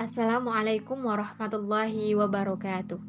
Assalamualaikum warahmatullahi wabarakatuh.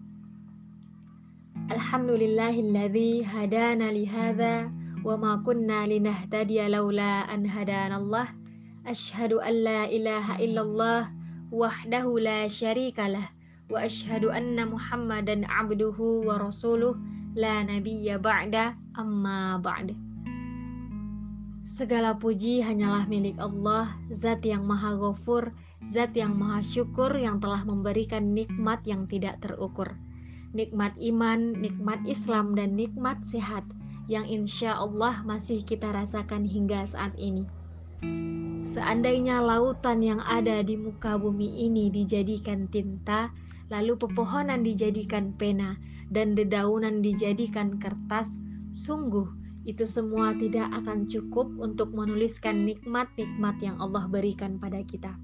Alhamdulillahilladzi hadana lihadza wa ma kunna linahtadiya laula an hadanallah. Asyhadu an la ilaha illallah wahdahu la syarikalah wa asyhadu anna Muhammadan abduhu wa rasuluh la nabiyya ba'da amma ba'd. Segala puji hanyalah milik Allah, Zat yang Maha Ghafur, Zat yang Maha Syukur yang telah memberikan nikmat yang tidak terukur. Nikmat iman, nikmat Islam, dan nikmat sehat yang insya Allah masih kita rasakan hingga saat ini. Seandainya lautan yang ada di muka bumi ini dijadikan tinta, lalu pepohonan dijadikan pena, dan dedaunan dijadikan kertas, sungguh itu semua tidak akan cukup untuk menuliskan nikmat-nikmat yang Allah berikan pada kita.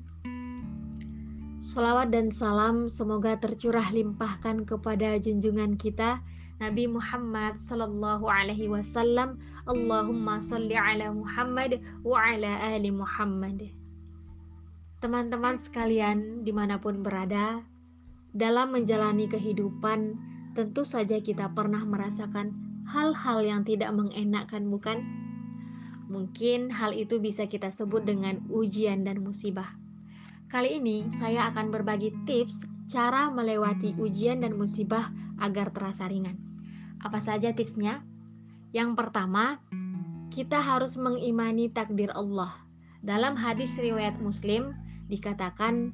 Shalawat dan salam semoga tercurah limpahkan kepada junjungan kita Nabi Muhammad sallallahu alaihi wasallam. Allahumma sholli ala Muhammad wa ala ali Muhammad. Teman-teman sekalian dimanapun berada, dalam menjalani kehidupan tentu saja kita pernah merasakan hal-hal yang tidak mengenakan, bukan? Mungkin hal itu bisa kita sebut dengan ujian dan musibah. Kali ini saya akan berbagi tips cara melewati ujian dan musibah agar terasa ringan. Apa saja tipsnya? Yang pertama, kita harus mengimani takdir Allah. Dalam hadis riwayat Muslim dikatakan,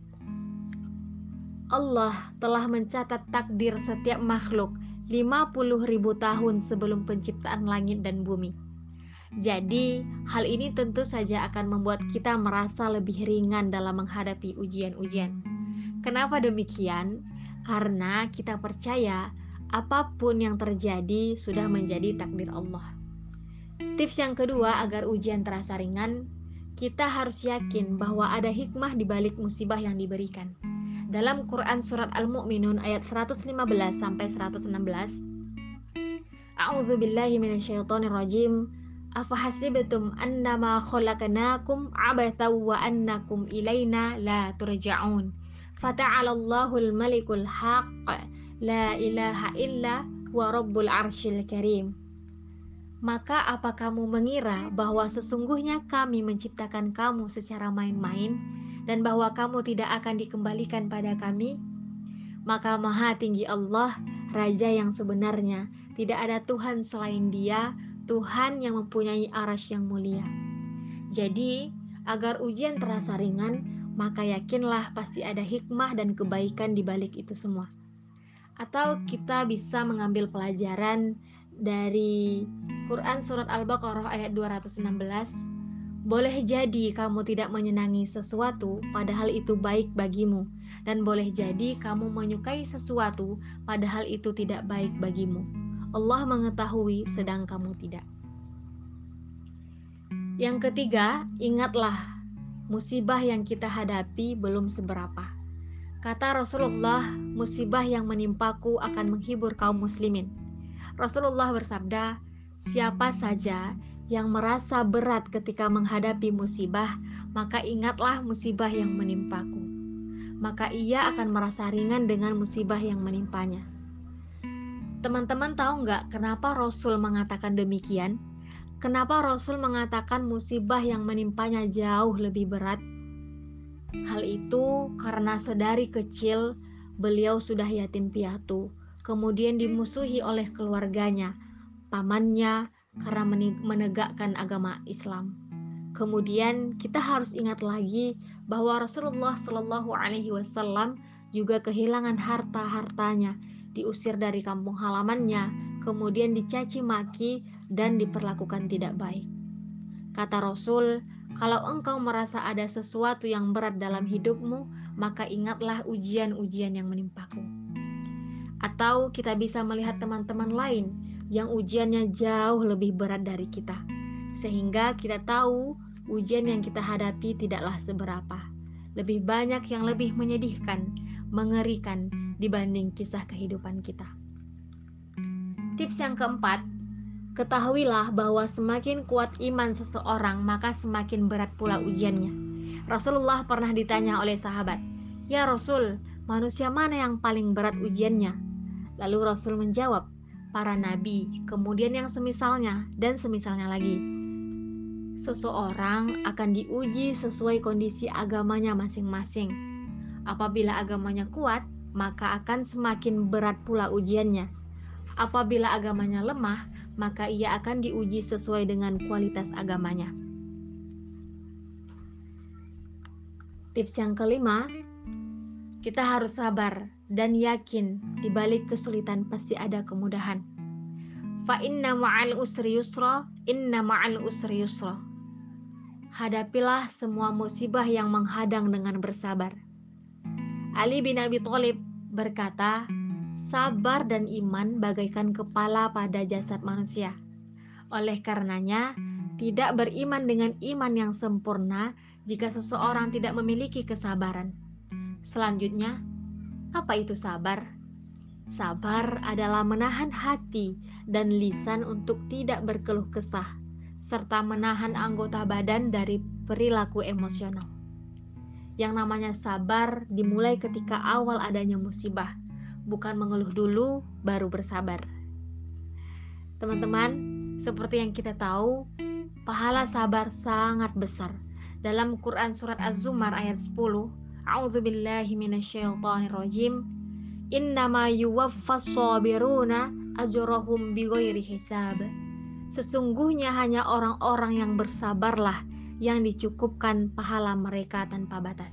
Allah telah mencatat takdir setiap makhluk 50.000 tahun sebelum penciptaan langit dan bumi. Jadi, hal ini tentu saja akan membuat kita merasa lebih ringan dalam menghadapi ujian-ujian. Kenapa demikian? Karena kita percaya apapun yang terjadi sudah menjadi takdir Allah. Tips yang kedua agar ujian terasa ringan, kita harus yakin bahwa ada hikmah di balik musibah yang diberikan. Dalam Quran surat Al-Mu'minun ayat 115 sampai 116, A'udzubillahi minasyaitonirrajim. Afahasibtum annama khalaqnakum abathaw wa annakum ilaina la turja'un. Fata'alallahul malikul haqq la ilaha illa wa rabbul arsyil karim. Maka apa kamu mengira bahwa sesungguhnya kami menciptakan kamu secara main-main dan bahwa kamu tidak akan dikembalikan pada kami? Maka Maha Tinggi Allah, Raja yang sebenarnya, tidak ada Tuhan selain Dia, Tuhan yang mempunyai arasy yang mulia. Jadi, agar ujian terasa ringan, maka yakinlah pasti ada hikmah dan kebaikan di balik itu semua. Atau kita bisa mengambil pelajaran dari Quran surat Al-Baqarah ayat 216. Boleh jadi kamu tidak menyenangi sesuatu padahal itu baik bagimu, dan boleh jadi kamu menyukai sesuatu padahal itu tidak baik bagimu. Allah mengetahui sedang kamu tidak. Yang ketiga, ingatlah musibah yang kita hadapi belum seberapa. Kata Rasulullah, musibah yang menimpaku akan menghibur kaum muslimin. Rasulullah bersabda, siapa saja yang merasa berat ketika menghadapi musibah, maka ingatlah musibah yang menimpaku. Maka ia akan merasa ringan dengan musibah yang menimpanya. Teman-teman tahu nggak kenapa Rasul mengatakan demikian? Kenapa Rasul mengatakan musibah yang menimpanya jauh lebih berat? Hal itu karena sedari kecil beliau sudah yatim piatu, kemudian dimusuhi oleh keluarganya, pamannya, karena menegakkan agama Islam. Kemudian kita harus ingat lagi bahwa Rasulullah Shallallahu Alaihi Wasallam juga kehilangan harta-hartanya, diusir dari kampung halamannya, kemudian dicaci maki dan diperlakukan tidak baik. Kata Rasul, kalau engkau merasa ada sesuatu yang berat dalam hidupmu, maka ingatlah ujian-ujian yang menimpaku. Atau kita bisa melihat teman-teman lain yang ujiannya jauh lebih berat dari kita, sehingga kita tahu ujian yang kita hadapi tidaklah seberapa. Lebih banyak yang lebih menyedihkan, mengerikan dibanding kisah kehidupan kita. Tips yang keempat, ketahuilah bahwa semakin kuat iman seseorang, maka semakin berat pula ujiannya. Rasulullah pernah ditanya oleh sahabat, "Ya Rasul, manusia mana yang paling berat ujiannya?" Lalu Rasul menjawab, "Para nabi, kemudian yang semisalnya dan semisalnya lagi." Seseorang akan diuji sesuai kondisi agamanya masing-masing. Apabila agamanya kuat, maka akan semakin berat pula ujiannya. Apabila agamanya lemah, maka ia akan diuji sesuai dengan kualitas agamanya. Tips yang kelima, kita harus sabar dan yakin di balik kesulitan pasti ada kemudahan. Fa inna ma'al usri yusra, inna ma'al usri yusra. Hadapilah semua musibah yang menghadang dengan bersabar. Ali bin Abi Thalib berkata, sabar dan iman bagaikan kepala pada jasad manusia. Oleh karenanya, tidak beriman dengan iman yang sempurna jika seseorang tidak memiliki kesabaran. Selanjutnya, apa itu sabar? Sabar adalah menahan hati dan lisan untuk tidak berkeluh kesah, serta menahan anggota badan dari perilaku emosional. Yang namanya sabar dimulai ketika awal adanya musibah, bukan mengeluh dulu baru bersabar. Teman-teman, seperti yang kita tahu, pahala sabar sangat besar. Dalam Quran surat Az-Zumar ayat 10, A'udzubillahi minasyaitonirrajim, Innama yuwaffas sabiruna ajrahum bighairi hisab. Sesungguhnya hanya orang-orang yang bersabarlah yang dicukupkan pahala mereka tanpa batas.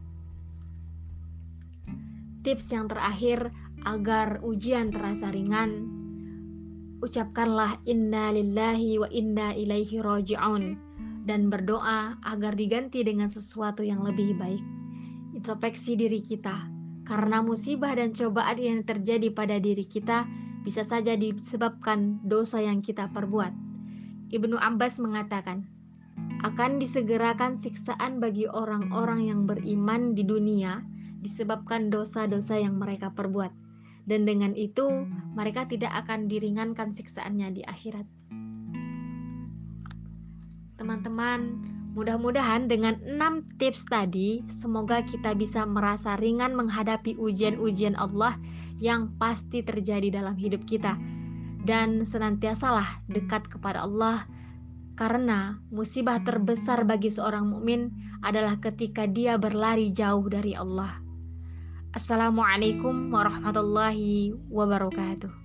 Tips yang terakhir agar ujian terasa ringan, ucapkanlah inna lillahi wa inna ilaihi raji'un dan berdoa agar diganti dengan sesuatu yang lebih baik. Introspeksi diri kita, karena musibah dan cobaan yang terjadi pada diri kita bisa saja disebabkan dosa yang kita perbuat. Ibnu Abbas mengatakan, akan disegerakan siksaan bagi orang-orang yang beriman di dunia disebabkan dosa-dosa yang mereka perbuat, dan dengan itu mereka tidak akan diringankan siksaannya di akhirat. Teman-teman, mudah-mudahan dengan 6 tips tadi, semoga kita bisa merasa ringan menghadapi ujian-ujian Allah yang pasti terjadi dalam hidup kita. Dan senantiasalah dekat kepada Allah, karena musibah terbesar bagi seorang mukmin adalah ketika dia berlari jauh dari Allah. Assalamualaikum warahmatullahi wabarakatuh.